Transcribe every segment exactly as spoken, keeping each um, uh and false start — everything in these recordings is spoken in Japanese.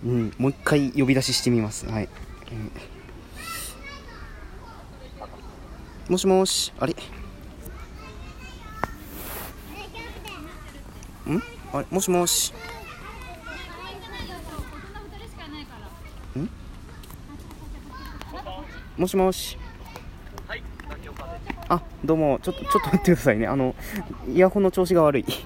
うん、もう一回呼び出ししてみます。はい、うん、もしもし、あれんあれもしもしんもしもし、あ、どうも、ちょっとちょっと待ってくださいね。あのイヤホンの調子が悪い。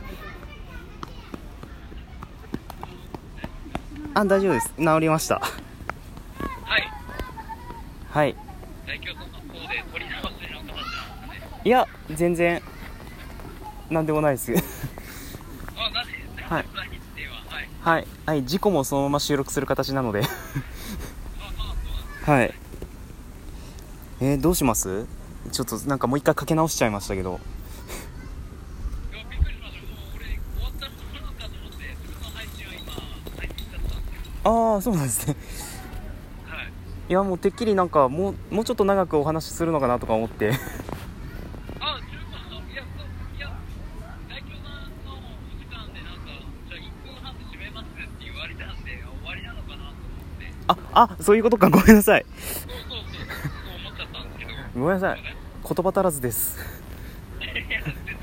あ、大丈夫です、治りました。 はいはい、 大京都の方で取り直しの形なんですかね。 いや全然なんでもないです。 あ、なんではい何でははいはいはい、事故もそのまま収録する形なので。 あ、あ、そうはい、えー、どうします？ちょっとなんかもう一回かけ直しちゃいましたけど。 いや、びっくりしました。もう俺終わったのかと思って、普通の配信は今入ってきちゃったんですけど。 ああ、そうなんですね。 はい。 いやもうてっきりなんかもうもうちょっと長くお話しするのかなとか思って。 あ、十分、いや、そういや、大京さんのお時間でなんか、じゃあいっぷんはんで締めますって言われたんで、終わりなのかなと思って。 ああ、そういうことか、ごめんなさい。 そうそうそう、そう思っちゃったんですけど。 ごめんなさい、 すいま言葉足らずです。 せん。いや、全然大丈夫です、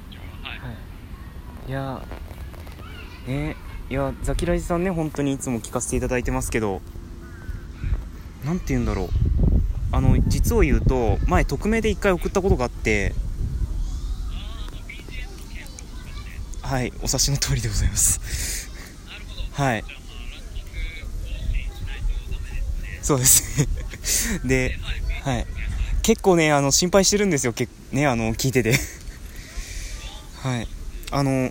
自分は。はい。 はい、いやね、いやザキラジさんね、本当にいつも聞かせていただいてますけど、なんて言うんだろう、あの実を言うと前匿名で一回送ったことがあって、はい、お察しの通りでございます。はい、そうですね。で、はい、結構ね、あの心配してるんですよ、けね、あの聞いてて。はい、あの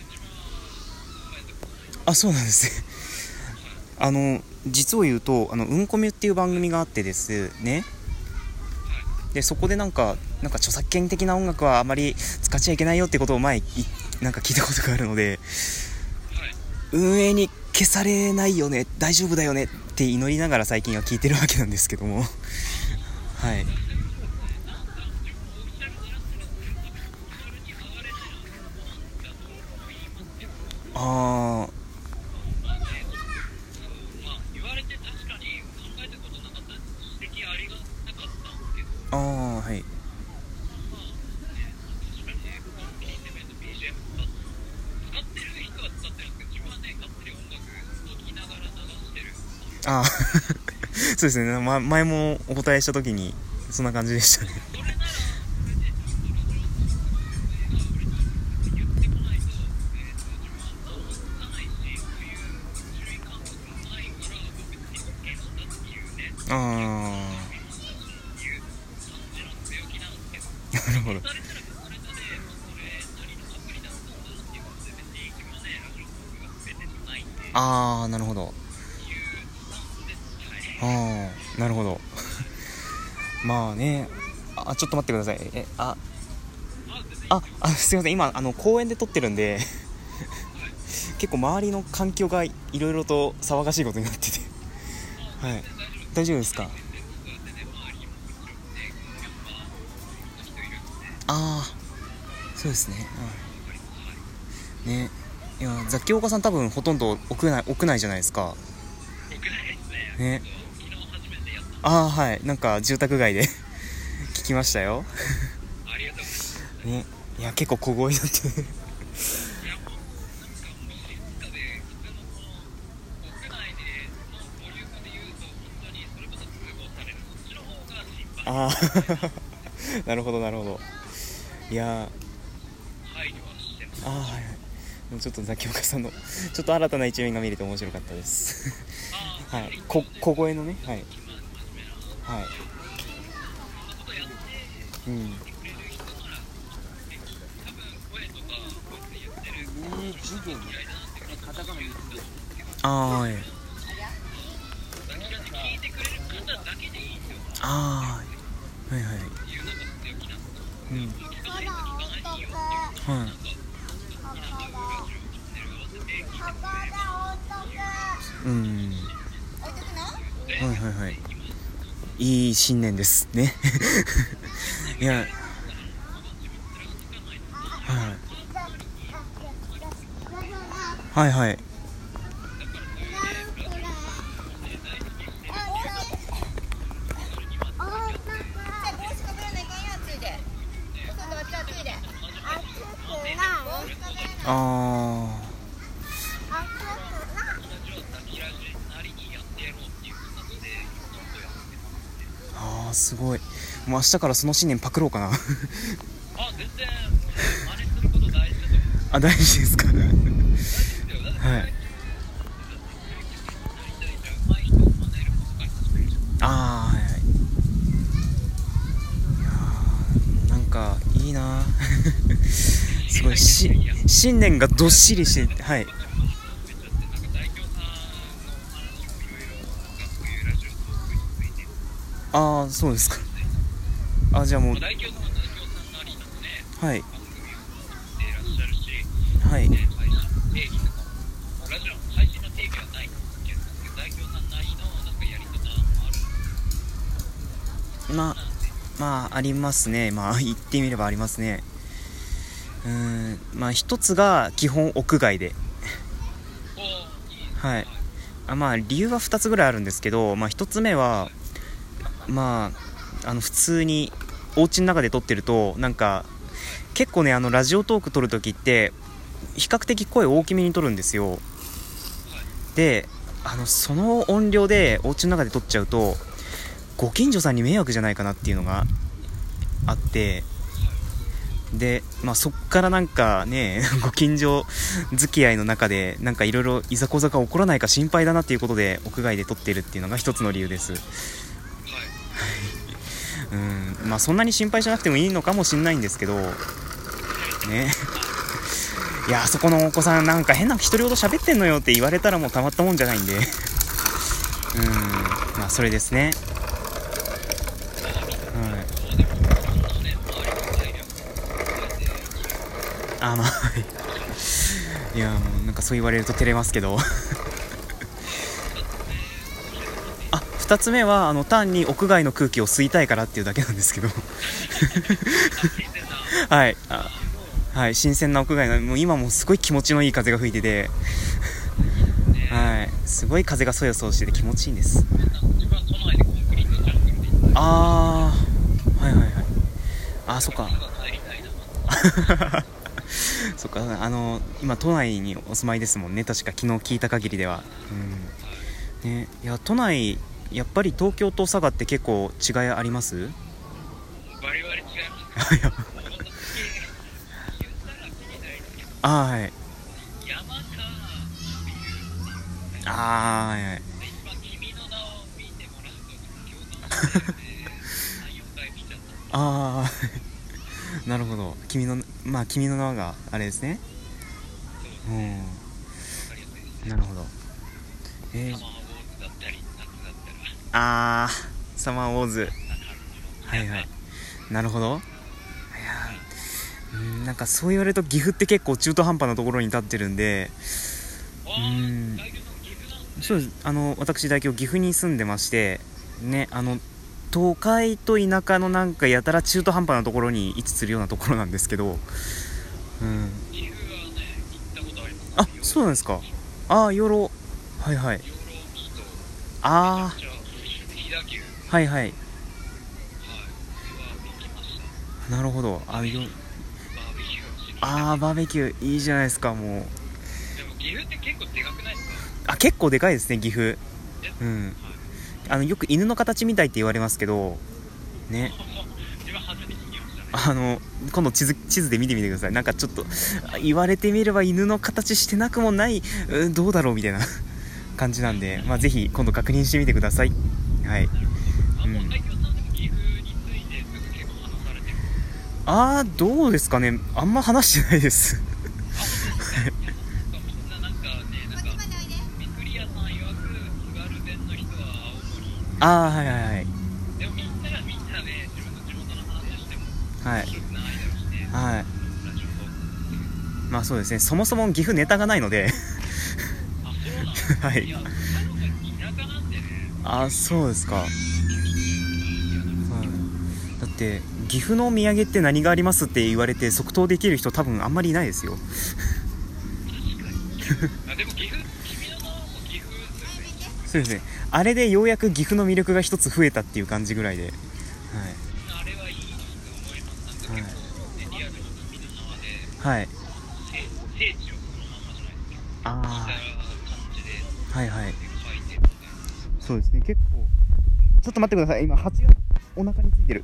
あ、そうなんですね。あの実を言うと、あのうんこみゅっていう番組があってですね、でそこでなんかなんか著作権的な音楽はあまり使っちゃいけないよってことを前なんか聞いたことがあるので、運営に消されないよね、大丈夫だよねって祈りながら最近は聞いてるわけなんですけども。はい、あーあー、はい、ああそうですね、ま、前もお答えした時にそんな感じでしたね。ああ、なるほど。ああ、なるほど。ああ、なるほど。まあね、あ、ちょっと待ってください。え、あ、あ、あ、すいません、今あの公園で撮ってるんで結構周りの環境がいろいろと騒がしいことになってて。はい、大丈夫ですか？ああ、そうですね、うん、ね、いや雑記岡さん多分ほとんど屋内屋内じゃないですか。ね、ああ、はい、なんか住宅街で聞きましたよ。ね、いや結構小声になってね。ああなるほどなるほど。いやあ、はい、でもちょっとザキオカさんのちょっと新たな一面が見れて面白かったです。はい、こ小声のね、はい、はい、うん、ああ、はい、ああ、はいはい、うん、はい、うん、はいはいはい、いい新年ですね。いや、はい、はいはい、 すごい。もう明日からその信念パクろうかなあ、全然真似すること大事だと思う。 あ、大事ですか大事ですよ。だってはい。 うまい人を真似ることから始めるじゃん。 ああ、はいはい。いやーなんかいいなすごいし信念がどっしりして、はい。ああ、そうですか。あ、じゃあもう、 大京さんは大京さんなりのね、 はい、 番組を作っていらっしゃるし、 はい、 ね、配信定義とかも、ラジオの配信の定義はないんですけど、大京さんなりのなんかやり方もある。 まあ、まあ、ありますね。まあ、言ってみればありますね。うーん、まあ、一つが基本屋外で。 おー、いいはい。あ、まあ、理由は二つぐらいあるんですけど、まあ、一つ目は、まあ、あの、普通に、お家の中で撮ってると、なんか、結構ね、あの、ラジオトーク撮るときって、比較的声大きめに撮るんですよ。で、あの、その音量でお家の中で撮っちゃうと、ご近所さんに迷惑じゃないかなっていうのがあって、で、まあ、そっからなんかねご近所付き合いの中でなんかいろいろいざこざが起こらないか心配だなっていうことで屋外で撮ってるっていうのが一つの理由です。うん、まあそんなに心配しなくてもいいのかもしれないんですけどねいや、あそこのお子さんなんか変な独り言喋ってんのよって言われたらもうたまったもんじゃないんでうん、まあそれですね。あ、まあいや、もうなんかそう言われると照れますけどあ、ふたつめはあの単に屋外の空気を吸いたいからっていうだけなんですけどはい、あ、はい、新鮮な屋外の、もう今もすごい気持ちのいい風が吹いててはい、すごい風がそよそよしてて気持ちいいんです。あー、はいはいはい。あ、そっかそっか、あの今都内にお住まいですもんね、確か昨日聞いた限りでは。うんね、いや都内やっぱり東京と佐賀って結構違いあります？ バリバリ違いますね。 あ、はい。 山かあー、はいはい。 一番君の名を見てもらうと共感してさん、よんかい見ちゃった。 あーなるほど。君の、まあ君の名があれですね。うん、なるほど。えー、 サマーウォーズだったり夏だったり、 あー、サマーウォーズ、はいはい、なるほど。いやー、うん、なんかそう言われると岐阜って結構中途半端なところに立ってるんで、うーん、そうです。あの私大京岐阜に住んでましてね、あの都会と田舎のなんかやたら中途半端なところに位置するようなところなんですけど、うん、 岐阜はね、行ったことあります。 あ、そうなんですか。ああ、養老、はいはい、 養老ミート、 あめちゃくちゃ飛騨牛、 あ、はいはい、 はい、は行きました。 なるほど。あ、よ、 バーベキューをしに行った。 あー、バーベキューいいじゃないですか。もう、 でも岐阜って結構でかくないですか？ あ、結構でかいですね岐阜。うん、 はい、 あのよく犬の形みたいって言われますけどね、 自分初めて聞きましたね。 あの今度地図地図で見てみてください。なんかちょっと言われてみれば犬の形してなくもない、うん、どうだろうみたいな感じなんで、まあ、ぜひ今度確認してみてください。はい、 あ、もう大京さんでも岐阜について結構話されてる。 あー、どうですかね、あんま話してないですみんななんかね、なんかみくり屋さん曰く津軽弁の人は青森。 あー、はいはいはいでもみんながみんなね、自分の地元の話をしてもはい面白くないだろうしね。 はい、 ラジオトーク。 まあそうですね、そもそも岐阜ネタがないのであ、そうなんですか。 はい、 いや、北の方が田舎なんでね。 あ、そうですか、はい、だって岐阜のお土産って何がありますって言われて即答できる人多分あんまりいないですよ確かに。あ、でも岐阜、君の名はもう岐阜ですよね。 そうですね、あれでようやく岐阜の魅力が一つ増えたっていう感じぐらいで、はい、 あれはいいと思います。なんか結構、ね、リアルに君の名はで、 はい、 聖聖地をそのままじゃないですけど、 あ聞いた感じであ、はいはい、 書いてるので。 そうですね、結構ちょっと待ってください、今はちがつお腹についてる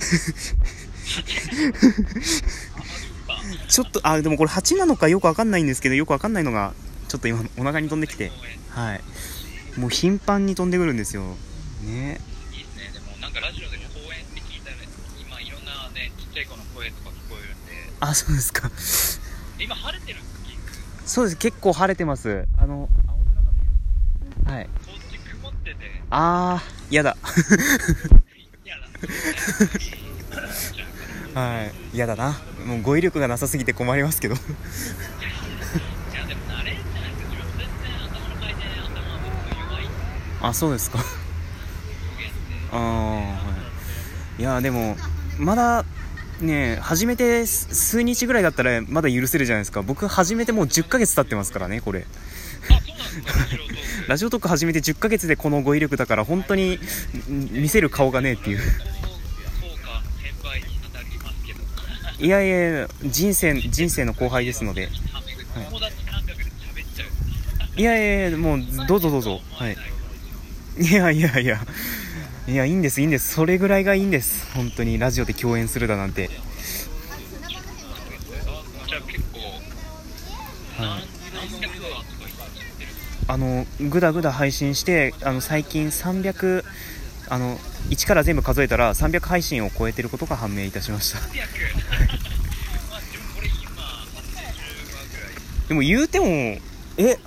ちょっとあでもこれはちなのかよくわかんないんですけど、よくわかんないのがちょっと今お腹に飛んできて、はいもう頻繁に飛んでくるんですよね。 いいですね。でもなんかラジオで公園って聞いたら、今いろんなねちっちゃい子の声とか聞こえるんで。 あそうですか今晴れてるんですか？ そうです、結構晴れてます。あの青空が見えます。はい。 こっち曇ってて。 あーやだいやだはいやだな、もう語彙力がなさすぎて困りますけどいやでも慣れるんじゃないですか。自分全然頭の回転、頭が僕弱い。 あそうですか表現ってあー、はい、いやでもまだね初めて数日ぐらいだったらまだ許せるじゃないですか。僕初めてもうじゅっかげつ経ってますからねこれ。 あ、そうなんですか。ラジオトークラジオトーク始めてじゅっかげつでこの語彙力だから本当に見せる顔がねえっていうそうか、先輩に当たりますけどいやいやいや人生人生の後輩ですので、 友達感覚で喋っちゃう。 いやいやいやもうどうぞどうぞ、はいいやいやいやいやいいんですいいんです、それぐらいがいいんです。本当にラジオで共演するだなんて。 じゃあ結構はい何百話とか言ってる。 あのグダグダ配信してあの最近さんびゃくあのいちから全部数えたらさんびゃく配信を超えてることが判明いたしましたさんびゃくまあ自分これ今はちじゅうわぐらい。 でも言うてもえ